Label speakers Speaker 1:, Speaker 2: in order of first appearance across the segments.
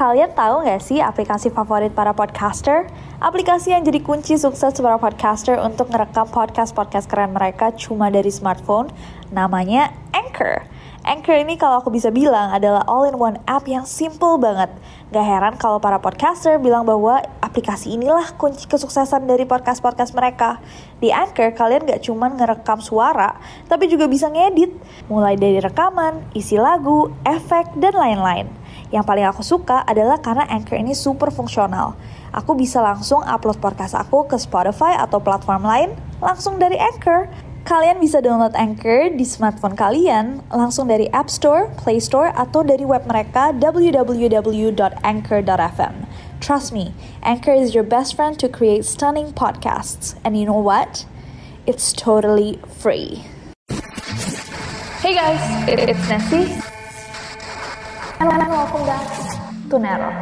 Speaker 1: Kalian tahu nggak sih aplikasi favorit para podcaster? Aplikasi yang jadi kunci sukses para podcaster untuk ngerekam podcast-podcast keren mereka cuma dari smartphone, namanya Anchor. Anchor ini kalau aku bisa bilang adalah all-in-one app yang simple banget. Gak heran kalau para podcaster bilang bahwa aplikasi inilah kunci kesuksesan dari podcast-podcast mereka. Di Anchor, kalian gak cuma ngerekam suara, tapi juga bisa ngedit. Mulai dari rekaman, isi lagu, efek, dan lain-lain. Yang paling aku suka adalah karena Anchor ini super fungsional. Aku bisa langsung upload podcast aku ke Spotify atau platform lain langsung dari Anchor. Kalian bisa download Anchor di smartphone kalian langsung dari App Store, Play Store, atau dari web mereka www.anchor.fm. Trust me, Anchor is your best friend to create stunning podcasts. And you know what? It's totally free. Hey guys, it's Nessie. And welcome back to Neror.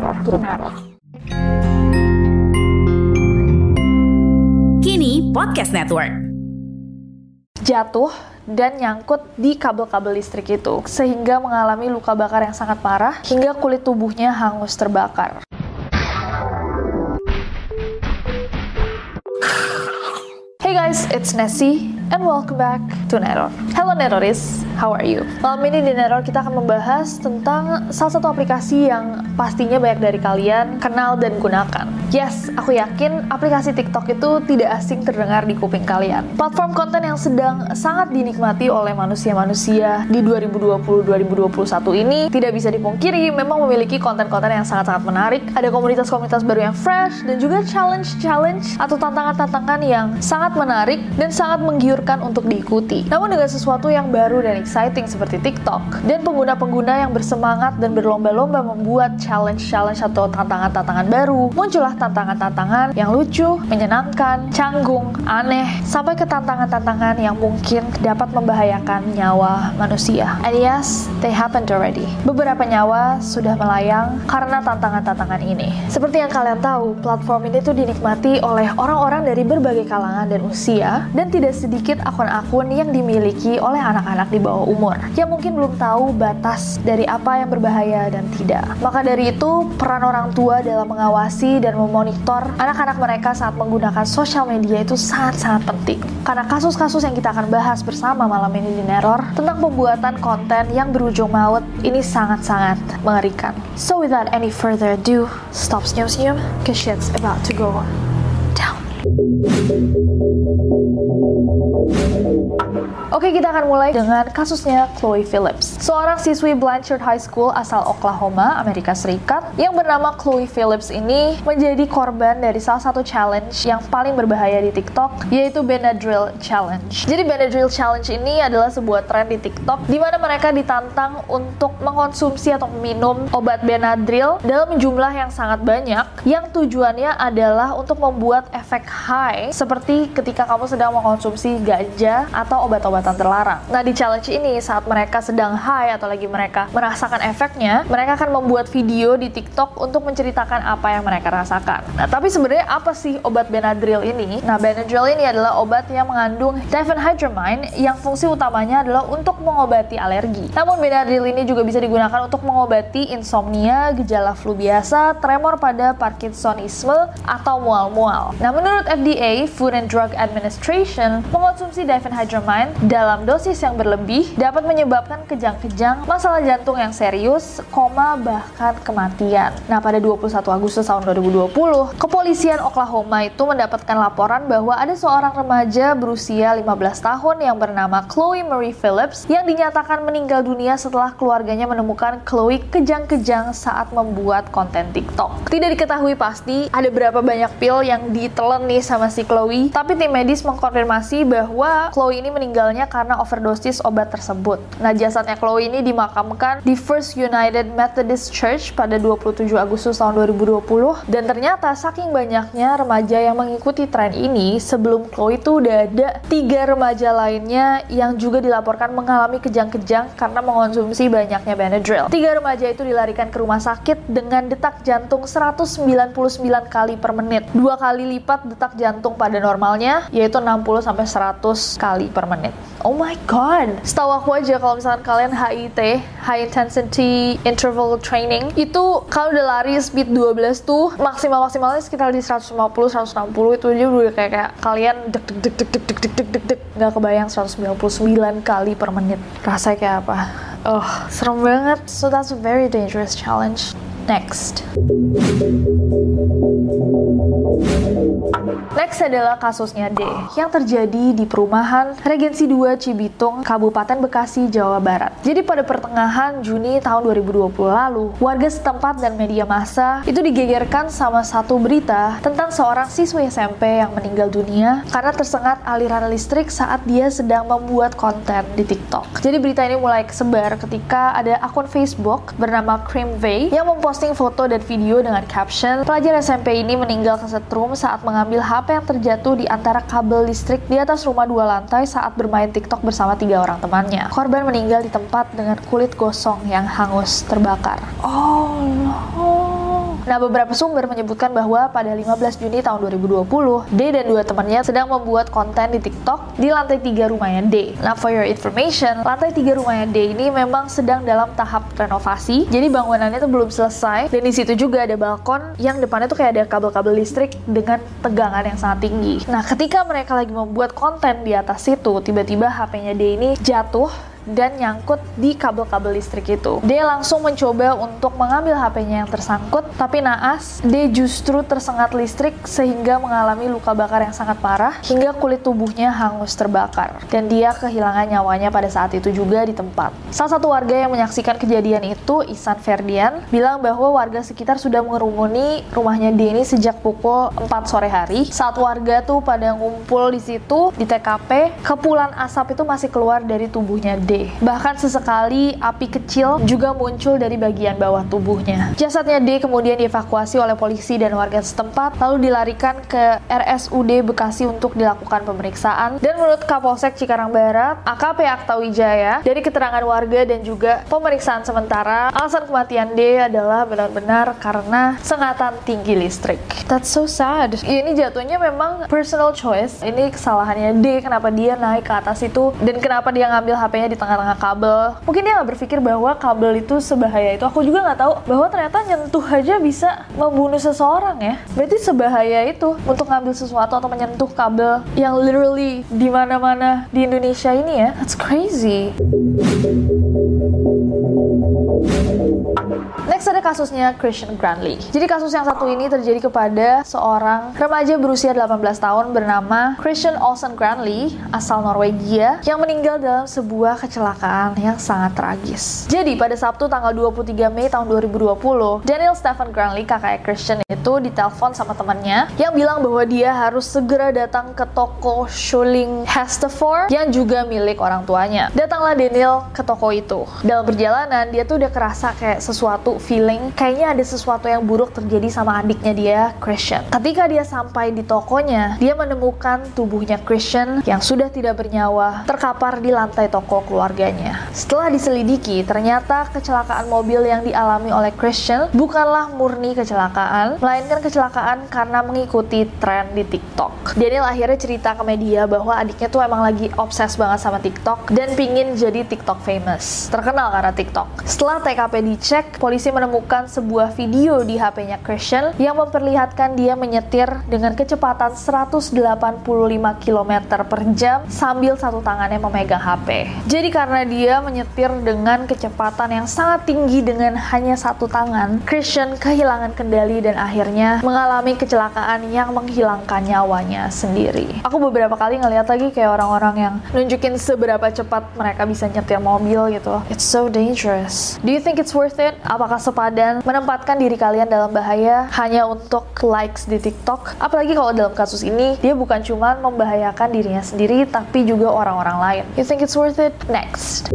Speaker 2: Kini Podcast Network.
Speaker 1: Jatuh dan nyangkut di kabel-kabel listrik itu, sehingga mengalami luka bakar yang sangat parah, hingga kulit tubuhnya hangus terbakar. Hey guys, it's Nessie, and welcome back to Neror. Hello Neroris, how are you? Malam ini di Neror kita akan membahas tentang salah satu aplikasi yang pastinya banyak dari kalian kenal dan gunakan. Yes, aku yakin aplikasi TikTok itu tidak asing terdengar di kuping kalian. Platform konten yang sedang sangat dinikmati oleh manusia-manusia di 2020-2021 ini tidak bisa dipungkiri memang memiliki konten-konten yang sangat-sangat menarik. Ada komunitas-komunitas baru yang fresh dan juga challenge-challenge atau tantangan-tantangan yang sangat menarik dan sangat menggiurkan untuk diikuti. Namun dengan sesuatu yang baru dan exciting seperti TikTok dan pengguna-pengguna yang bersemangat dan berlomba-lomba membuat challenge-challenge atau tantangan-tantangan baru, muncullah tantangan-tantangan yang lucu, menyenangkan, canggung, aneh, sampai ke tantangan-tantangan yang mungkin dapat membahayakan nyawa manusia. And yes, they happened already. Beberapa nyawa sudah melayang karena tantangan-tantangan ini. Seperti yang kalian tahu, platform ini tuh dinikmati oleh orang-orang dari berbagai kalangan dan usia, dan tidak sedikit akun-akun yang dimiliki oleh anak-anak di bawah umur yang mungkin belum tahu batas dari apa yang berbahaya dan tidak. Maka dari itu, peran orang tua dalam mengawasi dan memonitor anak-anak mereka saat menggunakan sosial media itu sangat-sangat penting. Karena kasus-kasus yang kita akan bahas bersama malam ini di Neror tentang pembuatan konten yang berujung maut ini sangat-sangat mengerikan. So without any further ado, stop senyum-senyum, cause shit's about to go down. Oke, kita akan mulai dengan kasusnya Chloe Phillips, seorang siswi Blanchard High School asal Oklahoma, Amerika Serikat, yang bernama Chloe Phillips ini menjadi korban dari salah satu challenge yang paling berbahaya di TikTok, yaitu Benadryl Challenge. Jadi Benadryl Challenge ini adalah sebuah tren di TikTok di mana mereka ditantang untuk mengkonsumsi atau minum obat Benadryl dalam jumlah yang sangat banyak, yang tujuannya adalah untuk membuat efek high seperti ketika kamu sedang mengkonsumsi ganja atau obat-obatan terlarang. Nah, di challenge ini saat mereka sedang high atau lagi mereka merasakan efeknya, mereka akan membuat video di TikTok untuk menceritakan apa yang mereka rasakan. Nah, tapi sebenarnya apa sih obat Benadryl ini? Nah, Benadryl ini adalah obat yang mengandung diphenhydramine yang fungsi utamanya adalah untuk mengobati alergi. Namun Benadryl ini juga bisa digunakan untuk mengobati insomnia, gejala flu biasa, tremor pada Parkinsonisme, atau mual-mual. Nah, menurut FDA, Food and Drug Administration, mengkonsumsi diphenhydramine dalam dosis yang berlebih dapat menyebabkan kejang-kejang, masalah jantung yang serius, koma, bahkan kematian. Nah, pada 21 Agustus tahun 2020, kepolisian Oklahoma itu mendapatkan laporan bahwa ada seorang remaja berusia 15 tahun yang bernama Chloe Marie Phillips yang dinyatakan meninggal dunia setelah keluarganya menemukan Chloe kejang-kejang saat membuat konten TikTok. Tidak diketahui pasti ada berapa banyak pil yang ditelan nih sama si Chloe, tapi tim medis mengkonfirmasi bahwa Chloe ini meninggalnya karena overdosis obat tersebut. Nah, jasadnya Chloe ini dimakamkan di First United Methodist Church pada 27 Agustus tahun 2020, dan ternyata saking banyaknya remaja yang mengikuti tren ini, sebelum Chloe itu udah ada 3 remaja lainnya yang juga dilaporkan mengalami kejang-kejang karena mengonsumsi banyaknya Benadryl. 3 remaja itu dilarikan ke rumah sakit dengan detak jantung 199 kali per menit, 2 kali lipat detak detak jantung pada normalnya, yaitu 60-100 kali per menit. Oh my god. Setahu aku aja kalau misalkan kalian HIIT, High Intensity Interval Training, itu kalau udah lari speed 12 tuh maksimalnya sekitar di 150-160, itu aja udah kayak kalian deg. Nggak kebayang 199 kali per menit. Rasanya kayak apa? Serem banget. So that's a very dangerous challenge. Next adalah kasusnya D yang terjadi di perumahan Regensi 2 Cibitung, Kabupaten Bekasi, Jawa Barat. Jadi pada pertengahan Juni tahun 2020 lalu, warga setempat dan media massa itu digegerkan sama satu berita tentang seorang siswi SMP yang meninggal dunia karena tersengat aliran listrik saat dia sedang membuat konten di TikTok. Jadi berita ini mulai kesebar ketika ada akun Facebook bernama Creamvey yang memposting foto dan video dengan caption, "Pelajar SMP ini meninggal kesetrum saat mengambil HP yang terjatuh di antara kabel listrik di atas rumah 2 lantai saat bermain TikTok bersama 3 orang temannya. Korban meninggal di tempat dengan kulit gosong yang hangus terbakar." Oh no. Nah, beberapa sumber menyebutkan bahwa pada 15 Juni tahun 2020, D dan 2 temannya sedang membuat konten di TikTok di lantai 3 rumahnya D. Nah, for your information, lantai 3 rumahnya D ini memang sedang dalam tahap renovasi, jadi bangunannya itu belum selesai, dan di situ juga ada balkon yang depannya tuh kayak ada kabel-kabel listrik dengan tegangan yang sangat tinggi. Nah, ketika mereka lagi membuat konten di atas situ, tiba-tiba HP-nya D ini jatuh dan nyangkut di kabel-kabel listrik itu. D langsung mencoba untuk mengambil HP-nya yang tersangkut, tapi naas, D justru tersengat listrik sehingga mengalami luka bakar yang sangat parah hingga kulit tubuhnya hangus terbakar. Dan dia kehilangan nyawanya pada saat itu juga di tempat. Salah satu warga yang menyaksikan kejadian itu, Ihsan Ferdian, bilang bahwa warga sekitar sudah mengerumuni rumahnya D ini sejak pukul 4 sore hari. Saat warga tuh pada ngumpul di situ, di TKP, kepulan asap itu masih keluar dari tubuhnya D. Bahkan sesekali api kecil juga muncul dari bagian bawah tubuhnya. Jasadnya D kemudian dievakuasi oleh polisi dan warga setempat, lalu dilarikan ke RSUD Bekasi untuk dilakukan pemeriksaan. Dan menurut Kapolsek Cikarang Barat, AKP Akta Wijaya, dari keterangan warga dan juga pemeriksaan sementara, alasan kematian D adalah benar-benar karena sengatan tinggi listrik. That's so sad. Ini jatuhnya memang personal choice. Ini kesalahannya D, kenapa dia naik ke atas itu dan kenapa dia ngambil HP-nya di tengah-tengah kabel. Mungkin dia nggak berpikir bahwa kabel itu sebahaya itu. Aku juga nggak tahu bahwa ternyata nyentuh aja bisa membunuh seseorang ya. Berarti sebahaya itu untuk ngambil sesuatu atau menyentuh kabel yang literally di mana-mana di Indonesia ini ya. That's crazy. Next ada kasusnya Christian Granley. Jadi kasus yang satu ini terjadi kepada seorang remaja berusia 18 tahun bernama Christian Olsen Granley asal Norwegia yang meninggal dalam sebuah kecelakaan yang sangat tragis. Jadi pada Sabtu tanggal 23 Mei tahun 2020, Daniel Stephen Granley, kakak Christian itu ditelepon sama temannya yang bilang bahwa dia harus segera datang ke toko Schulling Hestefor yang juga milik orang tuanya. Datanglah Daniel ke toko itu. Dalam perjalanan dia tuh udah kerasa kayak sesuatu feeling, kayaknya ada sesuatu yang buruk terjadi sama adiknya dia, Christian. Ketika dia sampai di tokonya, dia menemukan tubuhnya Christian yang sudah tidak bernyawa terkapar di lantai toko keluarganya. Setelah diselidiki, ternyata kecelakaan mobil yang dialami oleh Christian bukanlah murni kecelakaan, melainkan kecelakaan karena mengikuti tren di TikTok. Daniel akhirnya cerita ke media bahwa adiknya tuh emang lagi obses banget sama TikTok dan pingin jadi TikTok famous, terkenal karena TikTok. Setelah TKP dicek, polisi menemukan sebuah video di HP-nya Christian yang memperlihatkan dia menyetir dengan kecepatan 185 km per jam sambil satu tangannya memegang HP. Jadi karena dia menyetir dengan kecepatan yang sangat tinggi dengan hanya satu tangan, Christian kehilangan kendali dan akhirnya mengalami kecelakaan yang menghilangkan nyawanya sendiri. Aku beberapa kali ngeliat lagi kayak orang-orang yang nunjukin seberapa cepat mereka bisa nyetir mobil gitu. It's so dangerous. Do you think it's worth it? Apakah sepadan menempatkan diri kalian dalam bahaya hanya untuk likes di TikTok? Apalagi kalau dalam kasus ini, dia bukan cuma membahayakan dirinya sendiri, tapi juga orang-orang lain. You think it's worth it? Next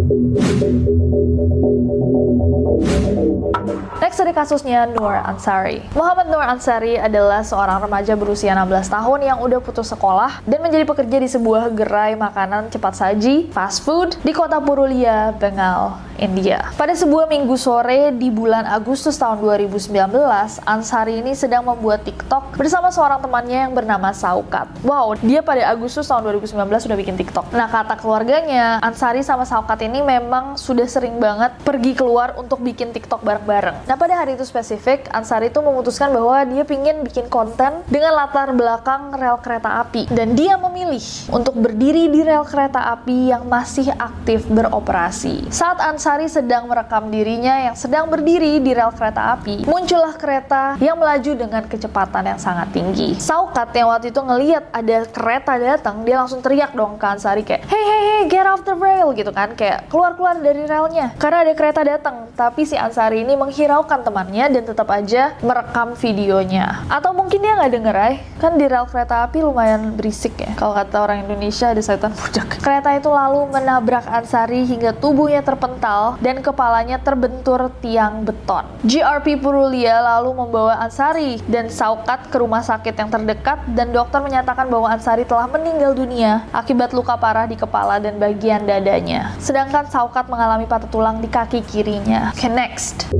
Speaker 1: ada kasusnya Nur Ansari. Muhammad Nur Ansari adalah seorang remaja berusia 16 tahun yang udah putus sekolah dan menjadi pekerja di sebuah gerai makanan cepat saji, fast food, di kota Purulia, Bengal, India. Pada sebuah minggu sore di bulan Agustus tahun 2019, Ansari ini sedang membuat TikTok bersama seorang temannya yang bernama Saukat. Wow, dia pada Agustus tahun 2019 sudah bikin TikTok. Nah, kata keluarganya, Ansari sama Saukat ini memang sudah sering banget pergi keluar untuk bikin TikTok bareng-bareng. Nah, pada hari itu spesifik, Ansari itu memutuskan bahwa dia pingin bikin konten dengan latar belakang rel kereta api. Dan dia memilih untuk berdiri di rel kereta api yang masih aktif beroperasi. Saat Ansari sedang merekam dirinya yang sedang berdiri di rel kereta api, muncullah kereta yang melaju dengan kecepatan yang sangat tinggi. Saukat yang waktu itu ngelihat ada kereta datang, dia langsung teriak dong ke Ansari kayak, hey, get off the rail gitu kan, kayak keluar dari relnya karena ada kereta datang. Tapi si Ansari ini menghiraukan temannya dan tetap aja merekam videonya. Atau mungkin dia nggak denger kan di rel kereta api lumayan berisik ya. Kalau kata orang Indonesia ada setan budak. Kereta itu lalu menabrak Ansari hingga tubuhnya terpental dan kepalanya terbentur tiang beton. GRP Purulia lalu membawa Ansari dan Saukat ke rumah sakit yang terdekat dan dokter menyatakan bahwa Ansari telah meninggal dunia akibat luka parah di kepala dan bagian dadanya. Sedangkan Saukat mengalami patah tulang di kaki kirinya. Okay, next.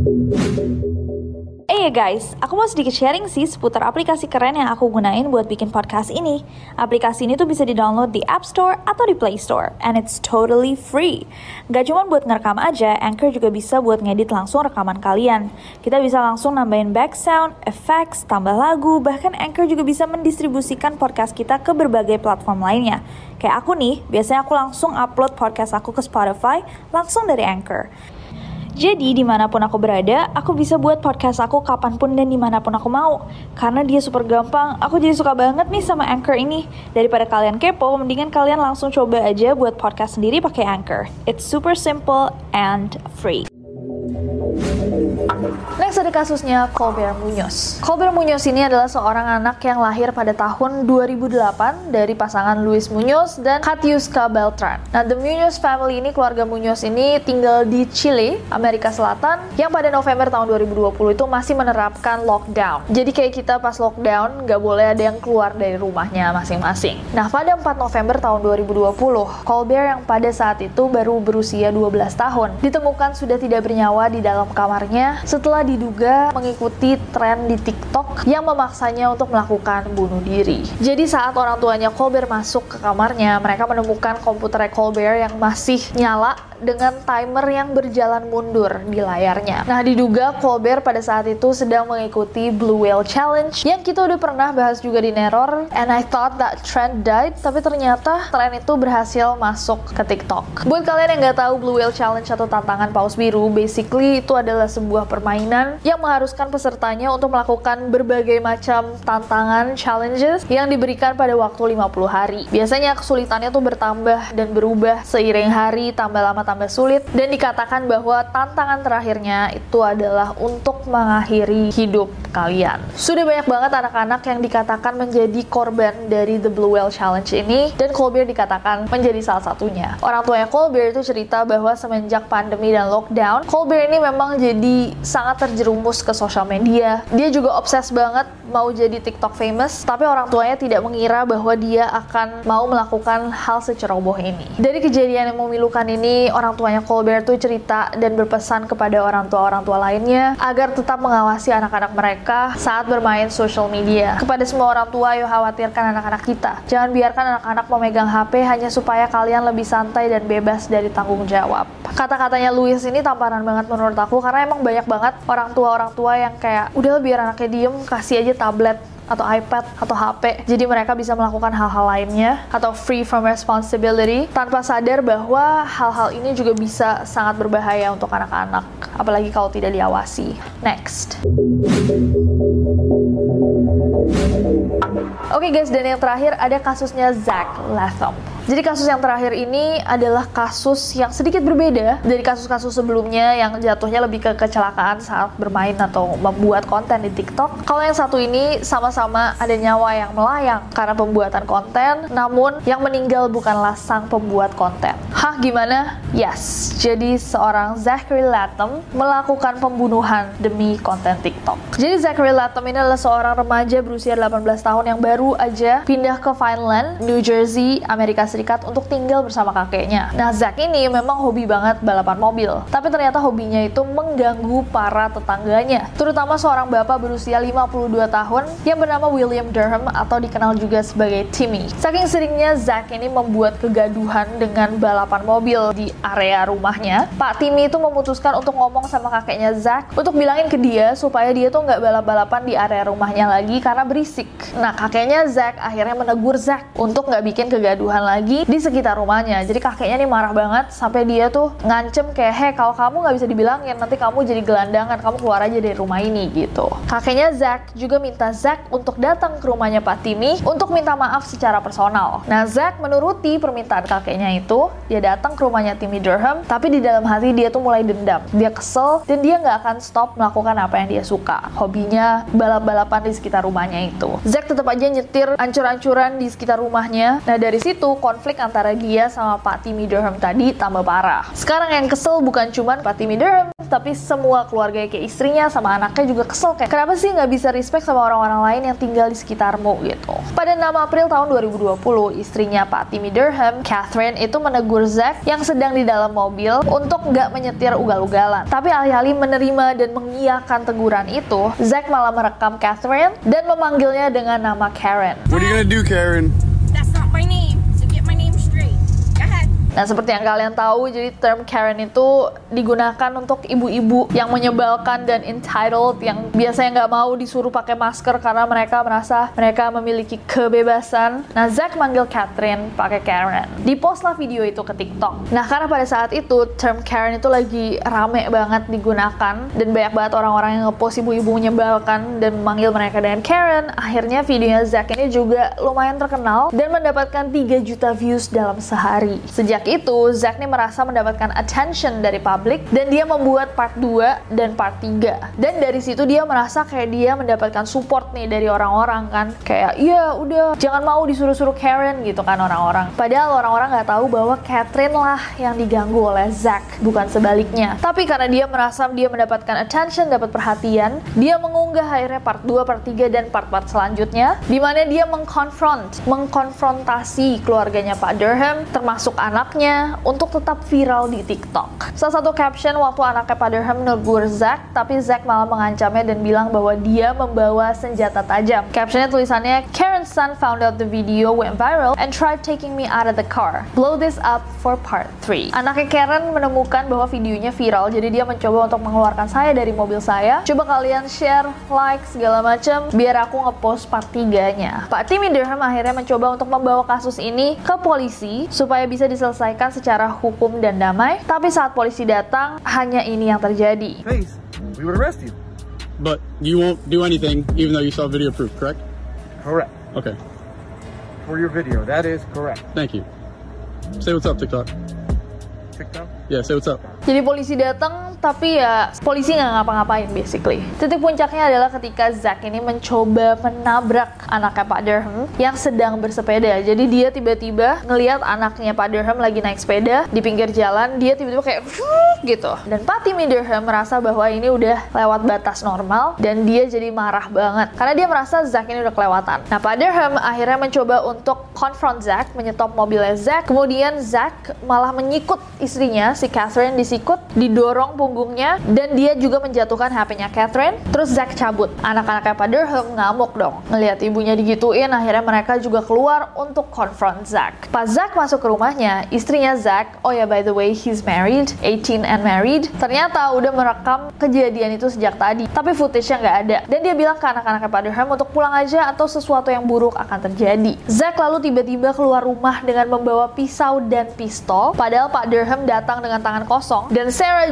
Speaker 3: Ya guys, aku mau sedikit sharing sih seputar aplikasi keren yang aku gunain buat bikin podcast ini. Aplikasi ini tuh bisa di-download di App Store atau di Play Store, and it's totally free. Gak cuma buat ngerekam aja, Anchor juga bisa buat ngedit langsung rekaman kalian. Kita bisa langsung nambahin back sound, effects, tambah lagu, bahkan Anchor juga bisa mendistribusikan podcast kita ke berbagai platform lainnya. Kayak aku nih, biasanya aku langsung upload podcast aku ke Spotify langsung dari Anchor. Jadi dimanapun aku berada, aku bisa buat podcast aku kapanpun dan dimanapun aku mau. Karena dia super gampang, aku jadi suka banget nih sama Anchor ini. Daripada kalian kepo, mendingan kalian langsung coba aja buat podcast sendiri pakai Anchor. It's super simple and free.
Speaker 1: Next ada kasusnya Colbert Munoz. Colbert Munoz ini adalah seorang anak yang lahir pada tahun 2008 dari pasangan Luis Munoz dan Katiuska Beltran. Nah, the Munoz family ini, keluarga Munoz ini tinggal di Chile, Amerika Selatan, yang pada November tahun 2020 itu masih menerapkan lockdown. Jadi kayak kita pas lockdown, nggak boleh ada yang keluar dari rumahnya masing-masing. Nah, pada 4 November tahun 2020, Colbert yang pada saat itu baru berusia 12 tahun, ditemukan sudah tidak bernyawa di dalam kamarnya setelah diduga mengikuti tren di TikTok yang memaksanya untuk melakukan bunuh diri. Jadi saat orang tuanya Colbert masuk ke kamarnya, mereka menemukan komputer Colbert yang masih nyala dengan timer yang berjalan mundur di layarnya. Nah, diduga Colbert pada saat itu sedang mengikuti Blue Whale Challenge yang kita udah pernah bahas juga di Neror, and I thought that trend died, tapi ternyata tren itu berhasil masuk ke TikTok. Buat kalian yang nggak tahu Blue Whale Challenge atau tantangan paus biru, basically itu adalah sebuah permainan yang mengharuskan pesertanya untuk melakukan berbagai macam tantangan, challenges yang diberikan pada waktu 50 hari. Biasanya kesulitannya tuh bertambah dan berubah seiring hari, tambah lama tambah sulit, dan dikatakan bahwa tantangan terakhirnya itu adalah untuk mengakhiri hidup kalian. Sudah banyak banget anak-anak yang dikatakan menjadi korban dari The Blue Whale Challenge ini, dan Colbert dikatakan menjadi salah satunya. Orang tuanya Colbert itu cerita bahwa semenjak pandemi dan lockdown, Colbert ini memang jadi sangat terjerumus ke sosial media. Dia juga obses banget mau jadi TikTok famous, tapi orang tuanya tidak mengira bahwa dia akan mau melakukan hal seceroboh ini. Dari kejadian yang memilukan ini, orang tuanya Colbert tuh cerita dan berpesan kepada orang tua lainnya agar tetap mengawasi anak-anak mereka saat bermain social media. Kepada semua orang tua, yuk khawatirkan anak-anak kita. Jangan biarkan anak-anak memegang HP hanya supaya kalian lebih santai dan bebas dari tanggung jawab. Kata-katanya Luis ini tamparan banget menurut aku, karena emang banyak banget orang tua yang kayak, udah biar anaknya diem, kasih aja tablet atau iPad atau HP, jadi mereka bisa melakukan hal-hal lainnya atau free from responsibility, tanpa sadar bahwa hal-hal ini juga bisa sangat berbahaya untuk anak-anak, apalagi kalau tidak diawasi. Next. Oke guys, dan yang terakhir ada kasusnya Zach Latham. Jadi kasus yang terakhir ini adalah kasus yang sedikit berbeda dari kasus-kasus sebelumnya yang jatuhnya lebih ke kecelakaan saat bermain atau membuat konten di TikTok. Kalau yang satu ini sama-sama ada nyawa yang melayang karena pembuatan konten, namun yang meninggal bukanlah sang pembuat konten. Hah, gimana? Yes, jadi seorang Zachary Latham melakukan pembunuhan demi konten TikTok. Jadi Zachary Latham ini adalah seorang remaja berusia 18 tahun yang baru aja pindah ke Vineland, New Jersey, Amerika Serikat untuk tinggal bersama kakeknya. Nah, Zach ini memang hobi banget balapan mobil, tapi ternyata hobinya itu mengganggu para tetangganya, terutama seorang bapak berusia 52 tahun yang bernama William Durham atau dikenal juga sebagai Timmy. Saking seringnya Zach ini membuat kegaduhan dengan balapan mobil di area rumahnya, Pak Timmy itu memutuskan untuk ngomong sama kakeknya Zach untuk bilangin ke dia supaya dia tuh nggak balap-balapan di area rumahnya lagi karena berisik. Nah, kakeknya Zach akhirnya menegur Zach untuk nggak bikin kegaduhan lagi di sekitar rumahnya. Jadi kakeknya nih marah banget sampai dia tuh ngancem kayak, "Hei, kalau kamu nggak bisa dibilangin, nanti kamu jadi gelandangan, kamu keluar aja dari rumah ini," gitu. Kakeknya Zach juga minta Zach untuk datang ke rumahnya Pak Timmy untuk minta maaf secara personal. Nah, Zach menuruti permintaan kakeknya itu, dia datang ke rumahnya Timmy Durham, tapi di dalam hati dia tuh mulai dendam. Dia kesel dan dia nggak akan stop melakukan apa yang dia suka. Hobinya balap-balapan di sekitar rumahnya itu. Zach tetap aja nyetir ancur-ancuran di sekitar rumahnya. Nah, dari situ konflik antara dia sama Pak Timmy Durham tadi tambah parah. Sekarang yang kesel bukan cuma Pak Timmy Durham, tapi semua keluarga, kayak istrinya sama anaknya juga kesel kayak, kenapa sih nggak bisa respect sama orang-orang lain yang tinggal di sekitarmu gitu. Pada 6 April tahun 2020, istrinya Pak Timmy Durham, Catherine, itu menegur Zach yang sedang di dalam mobil untuk nggak menyetir ugal-ugalan. Tapi alih-alih menerima dan mengiyakan teguran itu, Zach malah merekam Catherine dan memanggilnya dengan nama Karen.
Speaker 4: What are you gonna do, Karen?
Speaker 5: That's not my name, so get my name straight. Go ahead.
Speaker 1: Nah, seperti yang kalian tahu, jadi term Karen itu digunakan untuk ibu-ibu yang menyebalkan dan entitled, yang biasanya nggak mau disuruh pakai masker karena mereka merasa mereka memiliki kebebasan. Nah, Zach manggil Catherine pakai Karen. Di-postlah video itu ke TikTok. Nah, karena pada saat itu term Karen itu lagi rame banget digunakan dan banyak banget orang-orang yang nge-post ibu-ibu menyebalkan dan memanggil mereka dengan Karen, akhirnya videonya Zach ini juga lumayan terkenal dan mendapatkan 3 juta views dalam sehari. Sejak itu, Zach nih merasa mendapatkan attention dari publik dan dia membuat part 2 dan part 3. Dan dari situ dia merasa kayak dia mendapatkan support nih dari orang-orang kan. Kayak, "Iya, udah, jangan mau disuruh-suruh Karen," gitu kan orang-orang. Padahal orang-orang nggak tahu bahwa Catherine lah yang diganggu oleh Zach, bukan sebaliknya. Tapi karena dia merasa dia mendapatkan attention, dapat perhatian, dia mengunggah akhirnya part 2, part 3, dan part-part selanjutnya, di mana dia mengkonfrontasi keluarganya Pak Durham, termasuk anaknya, untuk tetap viral di TikTok. Salah satu caption waktu anaknya Pak Durham negur Zach, tapi Zach malah mengancamnya dan bilang bahwa dia membawa senjata tajam. Captionnya tulisannya, "Karen's son found out the video went viral and tried taking me out of the car. Blow this up for part 3." Anaknya Karen menemukan bahwa videonya viral, jadi dia mencoba untuk mengeluarkan saya dari mobil saya. Coba kalian share, like, segala macam, biar aku ngepost part 3-nya. Pak Timmy Durham akhirnya mencoba untuk membawa kasus ini ke polisi supaya bisa diselesaikan secara hukum dan damai, tapi saat polisi datang, hanya ini yang terjadi.
Speaker 4: Face, we would arrest you.
Speaker 6: But you won't do anything even though you saw video proof, correct?
Speaker 4: Correct.
Speaker 6: Okay.
Speaker 4: For your video, that is correct.
Speaker 6: Thank you. Say what's up, TikTok.
Speaker 4: TikTok?
Speaker 6: Yeah, say what's up.
Speaker 1: Jadi polisi datang, tapi ya polisi nggak ngapa-ngapain basically. Titik puncaknya adalah ketika Zach ini mencoba menabrak anaknya Pak Durham yang sedang bersepeda. Jadi dia tiba-tiba ngelihat anaknya Pak Durham lagi naik sepeda di pinggir jalan, dia tiba-tiba kayak gitu. Dan Pak Timmy Durham merasa bahwa ini udah lewat batas normal dan dia jadi marah banget karena dia merasa Zach ini udah kelewatan. Nah, Pak Durham akhirnya mencoba untuk confront Zach, menyetop mobilnya Zach. Kemudian Zach malah menyikut istrinya, si Catherine disikut, didorong punggungnya, dan dia juga menjatuhkan HP-nya Catherine. Terus Zach cabut. Anak-anaknya Pak Durham ngamuk dong. Ngelihat ibunya digituin, akhirnya mereka juga keluar untuk confront Zach. Pas Zach masuk ke rumahnya, istrinya Zach, oh ya by the way, he's married, 18 and married, ternyata udah merekam kejadian itu sejak tadi. Tapi footage-nya nggak ada. Dan dia bilang ke anak-anaknya Pak Durham untuk pulang aja atau sesuatu yang buruk akan terjadi. Zach lalu tiba-tiba keluar rumah dengan membawa pisau dan pistol, padahal Pak Durham datang dengan tangan kosong, dan Sarah juga ada di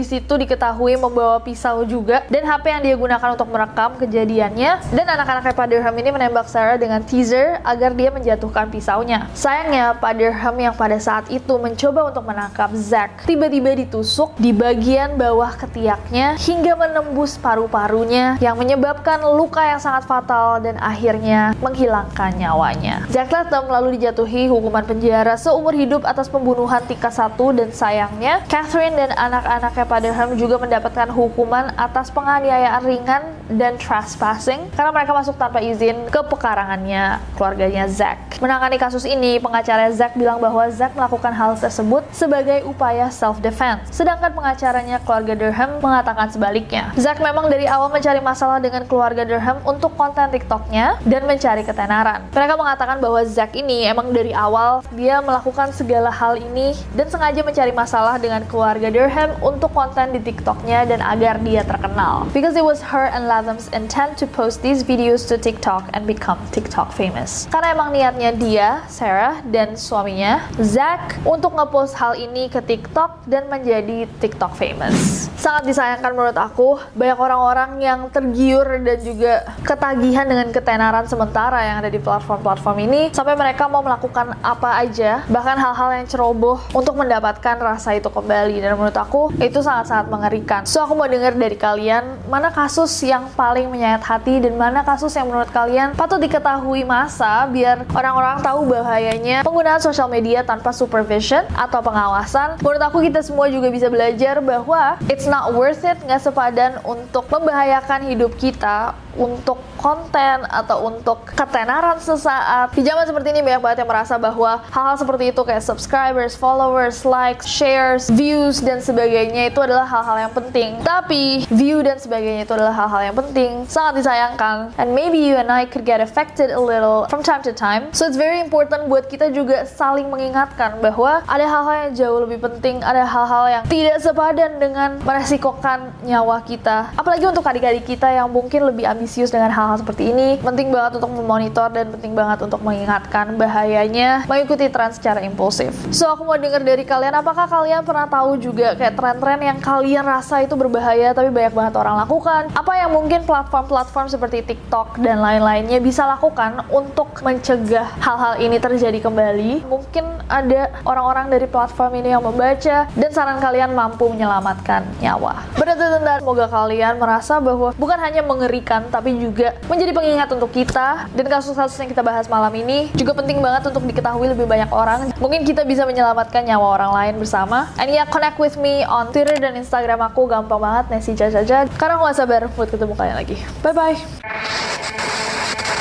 Speaker 1: di situ diketahui membawa pisau juga dan HP yang dia gunakan untuk merekam kejadiannya. Dan anak-anaknya Pak Durham ini menembak Sarah dengan teaser agar dia menjatuhkan pisaunya. Sayangnya Pak Durham yang pada saat itu mencoba untuk menangkap Zack tiba-tiba ditusuk di bagian bawah ketiaknya hingga menembus paru-parunya yang menyebabkan luka yang sangat fatal dan akhirnya menghilangkan nyawanya. Zack Latham lalu dijatuhi hukuman penjara seumur hidup atas pembunuhan tingkat 1 dan sayangnya Catherine dan anak-anaknya Pak Durham juga mendapatkan hukuman atas penganiayaan ringan dan trespassing karena mereka masuk tanpa izin ke pekarangannya keluarganya Zack. Menangani kasus ini, pengacara Zack bilang bahwa Zack melakukan hal tersebut sebagai upaya self-defense, sedangkan pengacaranya keluarga Durham mengatakan sebaliknya. Zack memang dari awal mencari masalah dengan keluarga Durham untuk konten TikToknya dan mencari ketenaran. Mereka mengatakan bahwa Zack ini emang dari awal dia melakukan segala hal ini dan sengaja mencari masalah dengan keluarga Durham untuk konten di TikToknya dan agar dia terkenal. Because it was her and Latham's intent to post these videos to TikTok and become TikTok famous. Karena emang niatnya dia, Sarah, dan suaminya, Zack, untuk ngepost hal ini ke TikTok dan menjadi TikTok famous. Sangat disayangkan menurut aku, banyak orang-orang yang tergiur dan juga ketagihan dengan ketenaran sementara yang ada di platform-platform ini, sampai mereka mau melakukan apa aja, bahkan hal-hal yang ceroboh untuk mendapatkan rasa itu kembali. Dan menurut aku, itu sangat-sangat mengerikan. So, aku mau dengar dari kalian, mana kasus yang paling menyayat hati dan mana kasus yang menurut kalian patut diketahui massa biar orang-orang tahu bahayanya penggunaan sosial media tanpa supervision atau pengawasan. Menurut aku kita semua juga bisa belajar bahwa it's not worth it, nggak sepadan untuk membahayakan hidup kita untuk konten atau untuk ketenaran sesaat. Di zaman seperti ini banyak banget yang merasa bahwa hal-hal seperti itu kayak subscribers, followers, likes, shares, views, dan sebagainya itu adalah hal-hal yang penting. Tapi view dan sebagainya itu adalah hal-hal yang penting. Sangat disayangkan. And maybe you and I could get affected a little from time to time. So it's very important buat kita juga saling mengingatkan bahwa ada hal-hal yang jauh lebih penting, ada hal-hal yang tidak sepadan dengan meresikokan nyawa kita. Apalagi untuk adik-adik kita yang mungkin lebih ambisius dengan hal-hal seperti ini. Penting banget untuk memonitor dan penting banget untuk mengingatkan bahayanya mengikuti tren secara impulsif. So aku mau dengar dari kalian, apakah kalian pernah tahu juga kayak tren-tren yang kalian rasa itu berbahaya tapi banyak banget orang lakukan? Apa yang mungkin platform-platform seperti TikTok dan lain-lainnya bisa lakukan untuk mencegah hal-hal ini terjadi kembali? Mungkin ada orang-orang dari platform ini yang membaca dan saran kalian mampu menyelamatkan nyawa. Benar-benar semoga kalian merasa bahwa bukan hanya mengerikan tapi juga menjadi pengingat untuk kita, dan kasus-kasus yang kita bahas malam ini juga penting banget untuk diketahui lebih banyak orang. Mungkin kita bisa menyelamatkan nyawa orang lain bersama. And yeah, connect with me on Twitter dan Instagram aku, gampang banget, Nessie Caca. Karena aku gak sabar buat ketemu kalian lagi. Bye-bye!